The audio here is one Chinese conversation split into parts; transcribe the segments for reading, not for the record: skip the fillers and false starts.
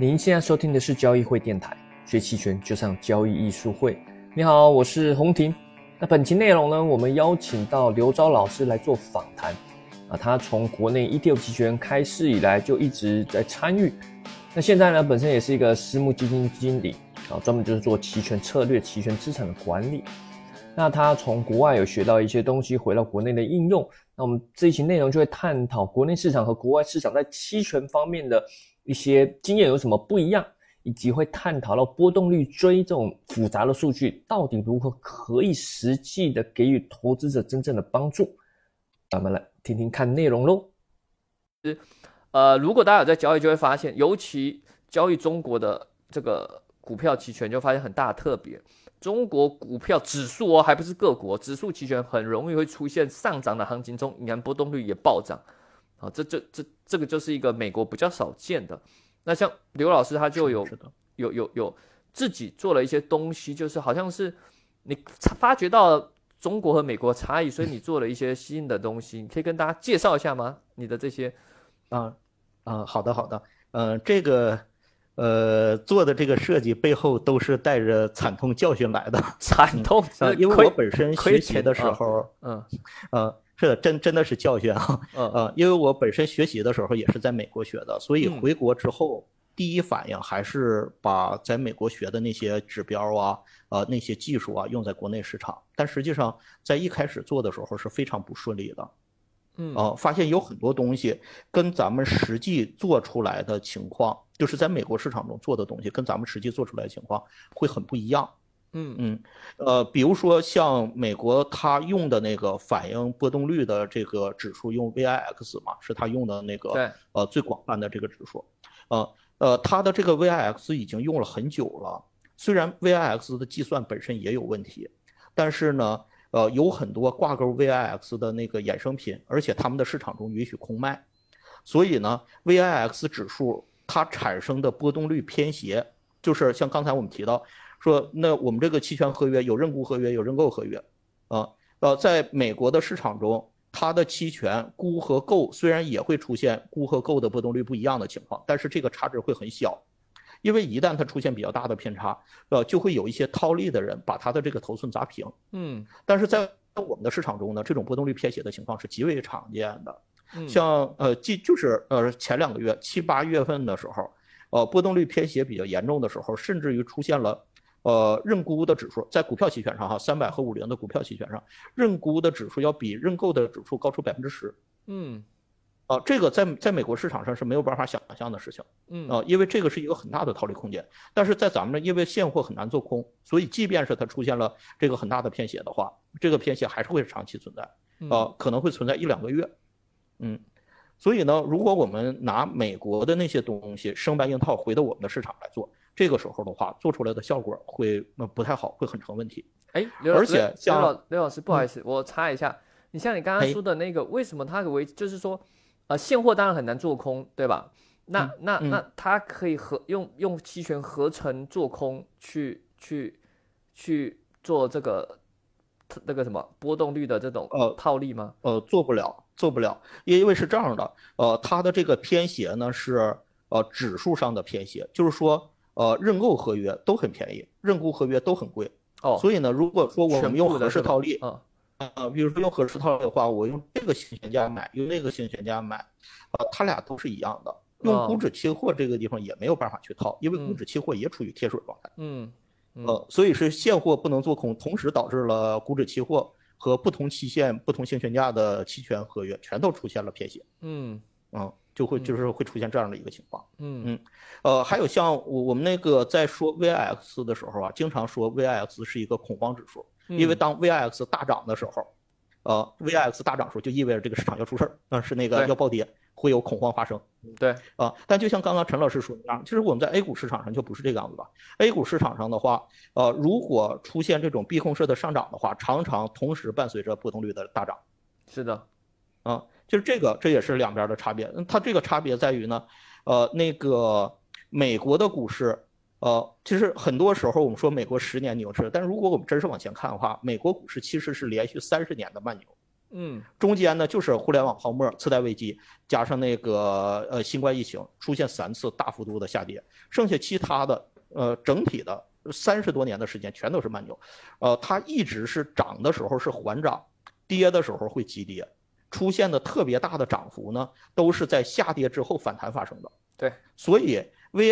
您现在收听的是交易会电台，学期权就上交易艺术会。你好，我是洪婷。那本期内容呢，我们邀请到刘钊老师来做访谈。他从国内 ETF 期权开市以来就一直在参与。那现在呢，本身也是一个私募基金经理，专门就是做期权策略、期权资产的管理。那他从国外有学到一些东西，回到国内的应用。那我们这一期内容就会探讨国内市场和国外市场在期权方面的一些经验有什么不一样，以及会探讨到波动率追这种复杂的数据到底如何可以实际的给予投资者真正的帮助。咱们来听听看内容咯。如果大家有在交易，就会发现，尤其交易中国的这个股票期权，就发现很大的特别。中国股票指数还不是各国指数期权，很容易会出现上涨的行情中，隐含波动率也暴涨。这个就是一个美国比较少见的。那像刘老师他就有自己做了一些东西，就是好像是你发觉到中国和美国差异，所以你做了一些新的东西，你可以跟大家介绍一下吗？你的这些好的，这个做的这个设计背后都是带着惨痛教训来的。 惨痛， 因为我本身学习的时候，是的，真的是教训啊。因为我本身学习的时候也是在美国学的，所以回国之后，第一反应还是把在美国学的那些指标那些技术用在国内市场。但实际上在一开始做的时候是非常不顺利的。发现有很多东西跟咱们实际做出来的情况，就是在美国市场中做的东西跟咱们实际做出来的情况会很不一样。比如说像美国他用的那个反映波动率的这个指数用 VIX 嘛，是他用的那个最广泛的这个指数。他的这个 VIX 已经用了很久了，虽然 VIX 的计算本身也有问题，但是呢有很多挂钩 VIX 的那个衍生品，而且他们的市场中允许空卖，所以呢 VIX 指数它产生的波动率偏斜，就是像刚才我们提到说，那我们这个期权合约有认沽合约，有认购合约在美国的市场中，它的期权沽和购虽然也会出现沽和购的波动率不一样的情况，但是这个差值会很小。因为一旦它出现比较大的偏差，就会有一些套利的人把它的这个头寸砸平。但是在我们的市场中呢，这种波动率偏斜的情况是极为常见的。像就是前2个月7、8月份的时候，波动率偏斜比较严重的时候，甚至于出现了认沽的指数，在股票期权上300和50的股票期权上，认沽的指数要比认购的指数高出10%。这个在美国市场上是没有办法想象的事情。因为这个是一个很大的套利空间。但是在咱们呢，因为现货很难做空，所以即便是它出现了这个很大的偏斜的话，这个偏斜还是会长期存在，可能会存在1、2个月。所以呢，如果我们拿美国的那些东西生搬硬套回到我们的市场来做，这个时候的话，做出来的效果会不太好，会很成问题。而且像刘老师，不好意思，我插一下，你像你刚刚说的那个，为什么它就是说现货当然很难做空，对吧？那它可以用期权合成做空去做这个那个什么波动率的这种套利吗？ 做不了，因为是这样的，它的这个偏斜呢是指数上的偏斜，就是说认购合约都很便宜，认沽合约都很贵。所以呢，如果说我们用合适套利，比如说用合适套利的话，我用这个行权价买，用那个行权价买，它俩都是一样的。用股指期货这个地方也没有办法去套，因为股指期货也处于贴水状态。所以是现货不能做空，同时导致了股指期货和不同期限、不同行权价的期权合约全都出现了偏斜。就是会出现这样的一个情况。还有像我们那个在说 VIX 的时候经常说 VIX 是一个恐慌指数，因为当 VIX 大涨的时候，VIX 大涨时候就意味着这个市场要出事儿，是那个要暴跌，会有恐慌发生。但就像刚刚陈老师说的一样，其实我们在 A 股市场上就不是这个样子的。A 股市场上的话，如果出现这种避空式的上涨的话，常常同时伴随着波动率的大涨。 是的， 就是这也是两边的差别。它这个差别在于呢，那个美国的股市，其实很多时候我们说美国10年牛市，但是如果我们真是往前看的话，美国股市其实是连续30年的慢牛。 中间呢就是互联网泡沫、次贷危机，加上那个新冠疫情出现3次大幅度的下跌，剩下其他的整体的30多年的时间全都是慢牛，它一直是涨的时候是缓涨，跌的时候会急跌，出现的特别大的涨幅呢都是在下跌之后反弹发生的。 对， 所以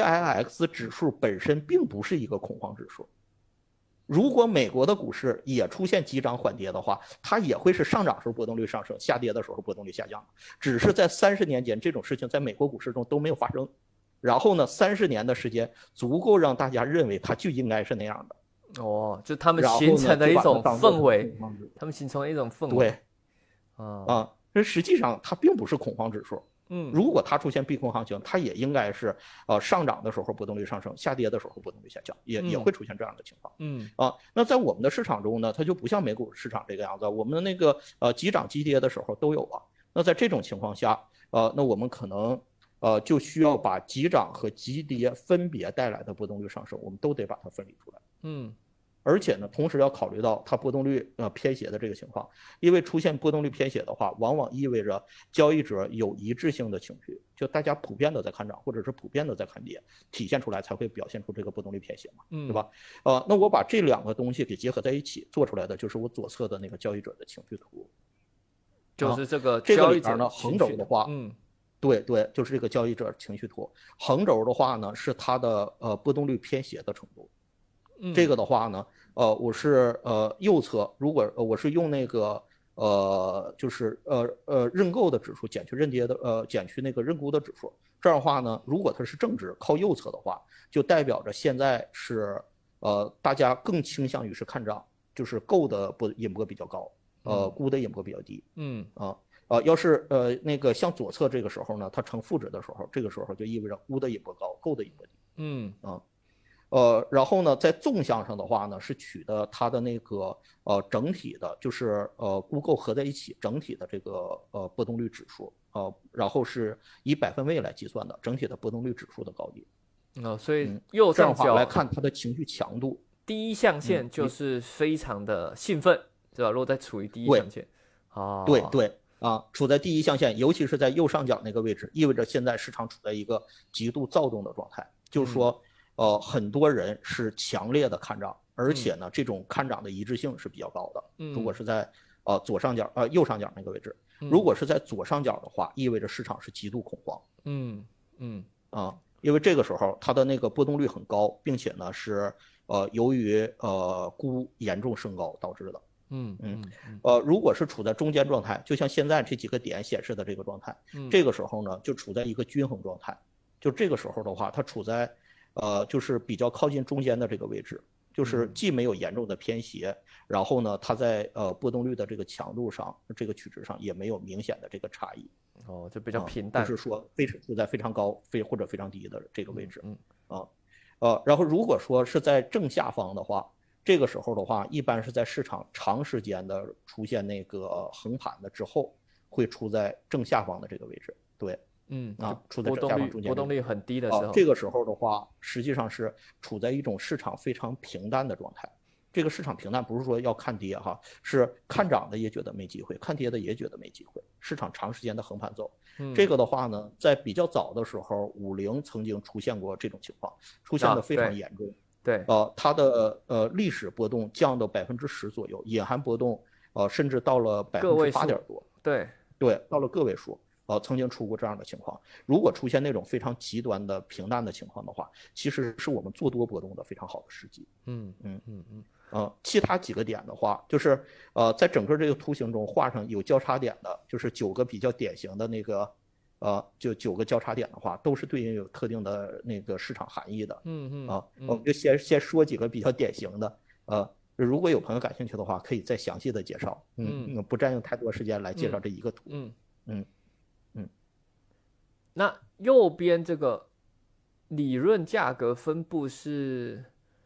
VIX 指数本身并不是一个恐慌指数。如果美国的股市也出现急涨缓跌的话，它也会是上涨时候波动率上升，下跌的时候波动率下降。只是在30年间，这种事情在美国股市中都没有发生。然后呢，30年的时间足够让大家认为它就应该是那样的。 哦，就他们形成的一种氛围，他们形成了一种氛围。 对，这实际上它并不是恐慌指数。如果它出现避空行情，它也应该是上涨的时候波动率上升，下跌的时候波动率下降，也会出现这样的情况。那在我们的市场中呢，它就不像美股市场这个样子，我们的那个急涨急跌的时候都有啊。那在这种情况下，那我们可能就需要把急涨和急跌分别带来的波动率上升，我们都得把它分离出来。而且呢，同时要考虑到它波动率偏斜的这个情况，因为出现波动率偏斜的话，往往意味着交易者有一致性的情绪，就大家普遍的在看涨，或者是普遍的在看跌，体现出来才会表现出这个波动率偏斜嘛，对吧？那我把这2个东西给结合在一起做出来的，就是我左侧的那个交易者的情绪图， 就是这个交易者呢，横轴的话，对，就是这个交易者情绪图，横轴的话呢是它的波动率偏斜的程度。这个的话呢，我是右侧，如果我是用那个就是认购的指数减去认跌的减去那个认沽的指数，这样的话呢，如果它是正值靠右侧的话，就代表着现在是大家更倾向于是看涨，就是购的引波比较高，沽的引波比较低。要是那个向左侧这个时候呢，它呈负值的时候，这个时候就意味着沽的引波高，购的引波低。然后呢，在纵向上的话呢，是取的它的那个整体的，就是沽购合在一起整体的这个波动率指数，然后是以百分位来计算的整体的波动率指数的高低。 所以右上角来看它的情绪强度， 第一象限就是非常的兴奋，是吧？如果在处于第一象限， 对处在第一象限，尤其是在右上角那个位置，意味着现在市场处在一个极度躁动的状态，就是说。很多人是强烈的看涨，而且呢，这种看涨的一致性是比较高的。如果是在左上角右上角那个位置，如果是在左上角的话，意味着市场是极度恐慌。因为这个时候它的那个波动率很高，并且呢是由于沽严重升高导致的。如果是处在中间状态，就像现在这几个点显示的这个状态，这个时候呢就处在一个均衡状态。就这个时候的话，它处在就是比较靠近中间的这个位置，就是既没有严重的偏斜，然后呢，它在波动率的这个强度上，这个取值上也没有明显的这个差异。 就比较平淡， 不是说处在非常高或者非常低的这个位置。然后如果说是在正下方的话，这个时候的话，一般是在市场长时间的出现那个横盘的之后，会处在正下方的这个位置。对。处在正下方中间， 波动率很低的时候， 这个时候的话，实际上是处在一种市场非常平淡的状态。这个市场平淡不是说要看跌哈，是看涨的也觉得没机会，看跌的也觉得没机会。市场长时间的横盘走，这个的话呢，在比较早的时候，50曾经出现过这种情况，出现的非常严重。 对， 它的历史波动降到10%左右，隐含波动甚至到了8%多。 对， 到了个位数。曾经出过这样的情况。如果出现那种非常极端的平淡的情况的话，其实是我们做多波动的非常好的时机。其他几个点的话，就是在整个这个图形中画上有交叉点的，就是9个比较典型的那个就9个交叉点的话，都是对应有特定的那个市场含义的。我们就先说几个比较典型的。如果有朋友感兴趣的话，可以再详细的介绍。不占用太多时间来介绍这一个图。 那右边这个理论价格分布是，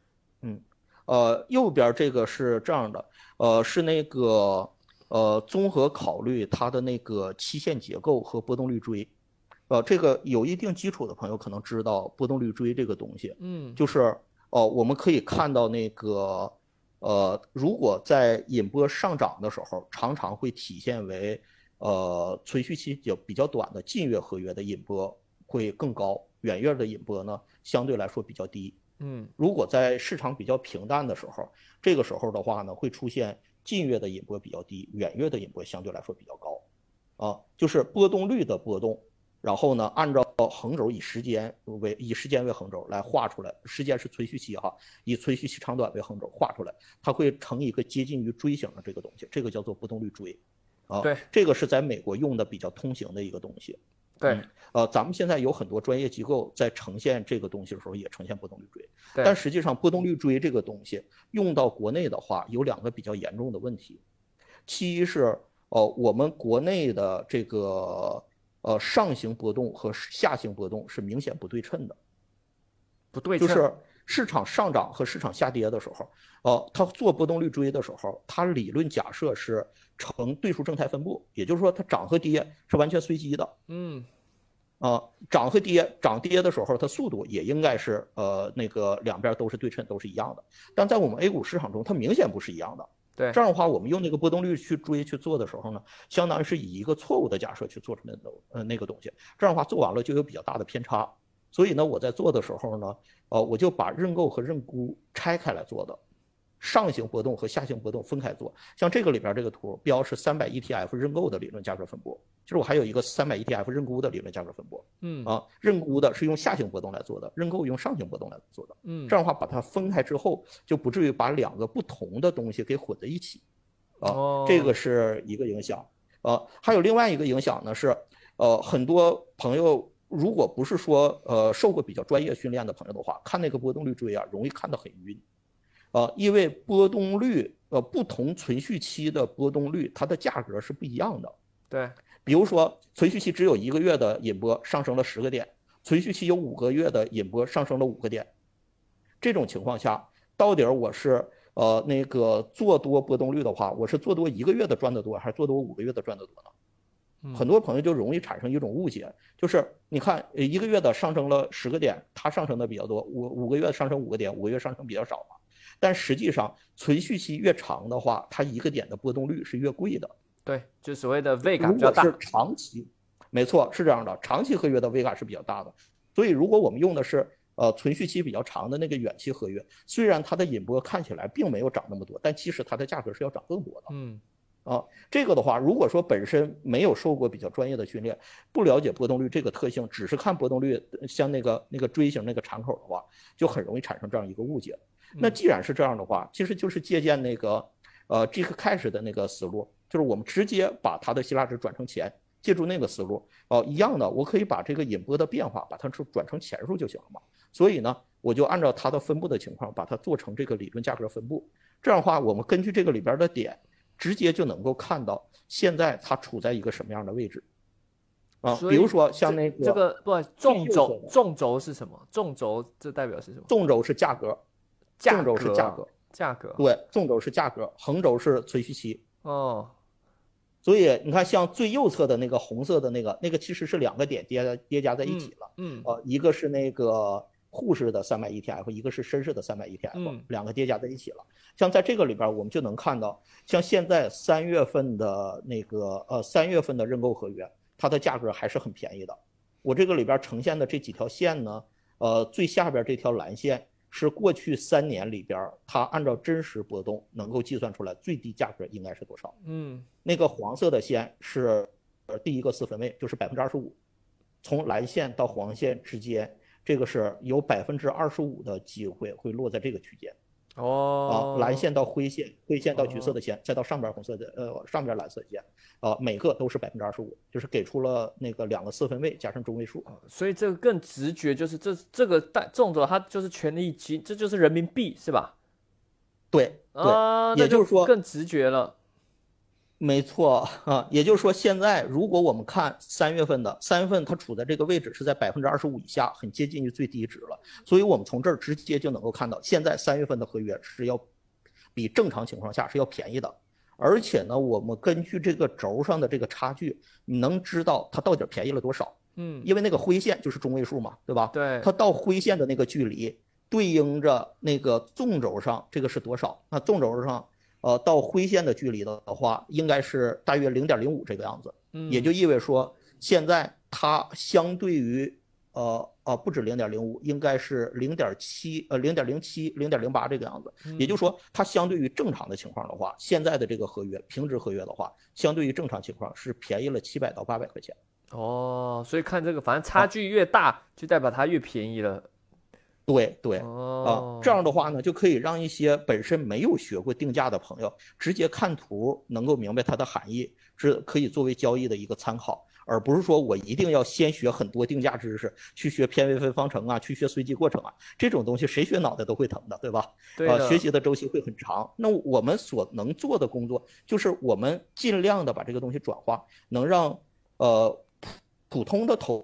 右边这个是这样的，是那个综合考虑它的那个期限结构和波动率锥，这个有一定基础的朋友可能知道波动率锥这个东西，就是我们可以看到那个如果在引波上涨的时候，常常会体现为存续期比较短的近月合约的引波会更高，远月的引波呢相对来说比较低。如果在市场比较平淡的时候，这个时候的话呢，会出现近月的引波比较低，远月的引波相对来说比较高，就是波动率的波动，然后呢，按照横轴以时间为横轴来画出来，时间是存续期哈，以存续期长短为横轴画出来，它会成一个接近于锥形的这个东西，这个叫做波动率锥对， 这个是在美国用的比较通行的一个东西。 对， 咱们现在有很多专业机构在呈现这个东西的时候也呈现波动率锥， 对， 但实际上波动率锥这个东西用到国内的话，有2个比较严重的问题。其一是我们国内的这个上行波动和下行波动是明显不对称的，就是市场上涨和市场下跌的时候，它做波动率锥的时候，它理论假设是呈对数正态分布，也就是说它涨和跌是完全随机的。涨和跌，涨跌的时候它速度也应该是那个两边都是对称，都是一样的。但在我们 A 股市场中，它明显不是一样的。 对， 这样的话，我们用那个波动率去追去做的时候呢，相当于是以一个错误的假设去做出来的那个东西。这样的话做完了就有比较大的偏差。所以呢，我在做的时候呢，我就把认购和认沽拆开来做的，上行波动和下行波动分开做。像这个里边这个图标是300 ETF 认购的理论价格分布，就是我还有一个300 ETF 认沽的理论价格分布。认沽的是用下行波动来做的，认购用上行波动来做的。这样的话把它分开之后，就不至于把2个不同的东西给混在一起。这个是一个影响。还有另外一个影响呢是，很多朋友如果不是说受过比较专业训练的朋友的话，看那个波动率锥啊，容易看得很晕。因为波动率不同存续期的波动率，它的价格是不一样的。 对， 比如说存续期只有1个月的引波上升了10个点，存续期有5个月的引波上升了5个点。这种情况下，到底我是那个做多波动率的话，我是做多1个月的赚得多，还是做多5个月的赚得多呢？很多朋友就容易产生一种误解，就是你看1个月的上升了10个点，它上升的比较多，5个月上升5个点，5个月上升比较少嘛。但实际上存续期越长的话，它1个点的波动率是越贵的。 对，就所谓的位感比较大。 如果是长期，没错，是这样的，长期合约的位感是比较大的。所以如果我们用的是存续期比较长的那个远期合约，虽然它的引波看起来并没有涨那么多，但其实它的价格是要涨更多的。这个的话，如果说本身没有受过比较专业的训练，不了解波动率这个特性，只是看波动率像那个锥形那个敞口的话，就很容易产生这样一个误解。那既然是这样的话，其实就是借鉴那个GCash 的那个思路，就是我们直接把它的希腊值转成钱，借助那个思路一样的，我可以把这个引波的变化把它转成钱数就行了嘛。所以呢，我就按照它的分布的情况把它做成这个理论价格分布。这样的话，我们根据这个里边的点，直接就能够看到现在它处在一个什么样的位置比如说像那个这个不纵轴是什么？纵轴这代表是什么？ 纵轴是价格，纵轴是价格，对，纵轴是价格，横轴是存续期。所以你看，像最右侧的那个红色的那个其实是2个点叠加在一起了。一个是那个沪市的300 ETF， 一个是深市的300 ETF，2个叠加在一起了。像在这个里边，我们就能看到，像现在3月份的那个3月份的认购合约，它的价格还是很便宜的。我这个里边呈现的这几条线呢，最下边这条蓝线是过去3年里边它按照真实波动能够计算出来最低价格应该是多少。那个黄色的线是第一个4分位，就是 25%， 从蓝线到黄线之间，这个是有 25% 的机会会落在这个区间。蓝线到灰线，灰线到橘色的线，再到上边红色的上边蓝色的线，每个都是 25%， 就是给出了那个2个4分位加上中位数。 所以这个更直觉，就是这个纵轴它就是权利金，这就是人民币是吧？ 对，也就是说更直觉了。 没错也就是说现在如果我们看3月份它处在这个位置是在 25% 以下，很接近于最低值了。所以我们从这儿直接就能够看到，现在3月份的合约是要比正常情况下是要便宜的。而且呢，我们根据这个轴上的这个差距，你能知道它到底便宜了多少。因为那个灰线就是中位数嘛，对吧？ 对， 它到灰线的那个距离对应着那个纵轴上这个是多少？那纵轴上到灰线的距离的话，应该是大约0.05这个样子。也就意味着说，现在它相对于不止0.05，应该是0.7、0.07、0.08这个样子。也就是说，它相对于正常的情况的话，现在的这个合约平值合约的话，相对于正常情况是便宜了700到800块钱。 哦，所以看这个，反正差距越大，就代表它越便宜了。 对对，这样的话呢，就可以让一些本身没有学过定价的朋友，直接看图能够明白它的含义，是可以作为交易的一个参考，而不是说我一定要先学很多定价知识，去学偏微分方程啊，去学随机过程啊，这种东西谁学脑袋都会疼的，对吧？学习的周期会很长。那我们所能做的工作，就是我们尽量的把这个东西转化，能让普通的投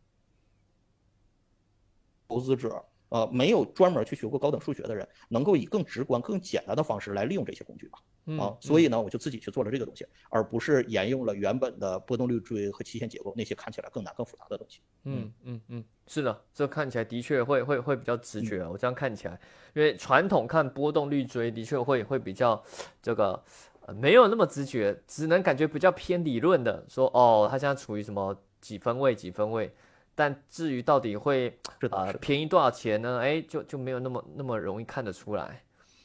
资者。没有专门去学过高等数学的人，能够以更直观、更简单的方式来利用这些工具吧。所以呢，我就自己去做了这个东西，而不是沿用了原本的波动率锥和期限结构那些看起来更难、更复杂的东西。 是的，这看起来的确会比较直觉。我这样看起来，因为传统看波动率锥的确会比较这个没有那么直觉，只能感觉比较偏理论的，说它现在处于什么几分位。但至于到底会便宜多少钱呢？就没有那么容易看得出来。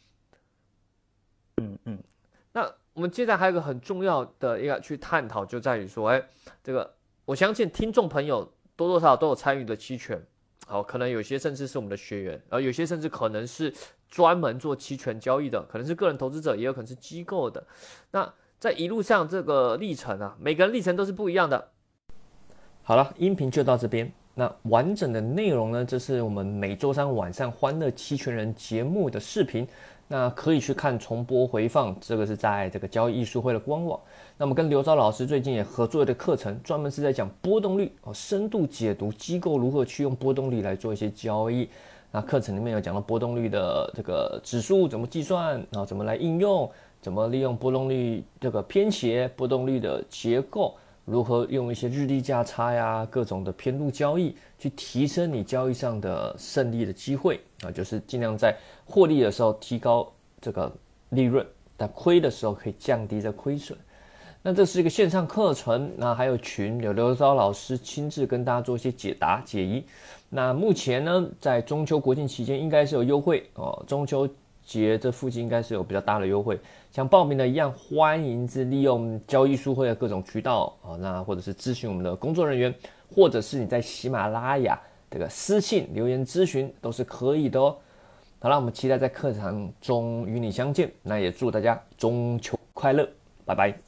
那我们接下来还有一个很重要的一个去探讨，就在于说，这个我相信听众朋友多多少少都有参与的期权，可能有些甚至是我们的学员，有些甚至可能是专门做期权交易的，可能是个人投资者，也有可能是机构的。那在一路上这个历程啊，每个人历程都是不一样的。好了，音频就到这边。那完整的内容呢，这是我们每周三晚上欢乐期权人节目的视频，那可以去看重播回放，这个是在这个交易艺术会的官网。那么跟刘钊老师最近也合作的课程，专门是在讲波动率，深度解读机构如何去用波动率来做一些交易。那课程里面有讲到波动率的这个指数怎么计算，然后怎么来应用，怎么利用波动率这个偏斜，波动率的结构。如何用一些日历价差呀，各种的偏度交易去提升你交易上的胜利的机会就是尽量在获利的时候提高这个利润，但亏的时候可以降低这亏损。那这是一个线上课程，那还有群，有刘钊老师亲自跟大家做一些解答解疑。那目前呢，在中秋国庆期间应该是有优惠中秋节这附近应该是有比较大的优惠，像报名的一样，欢迎是利用交易艺术会的各种渠道那或者是咨询我们的工作人员，或者是你在喜马拉雅这个私信留言咨询都是可以的好了，我们期待在课堂中与你相见，那也祝大家中秋快乐，拜拜。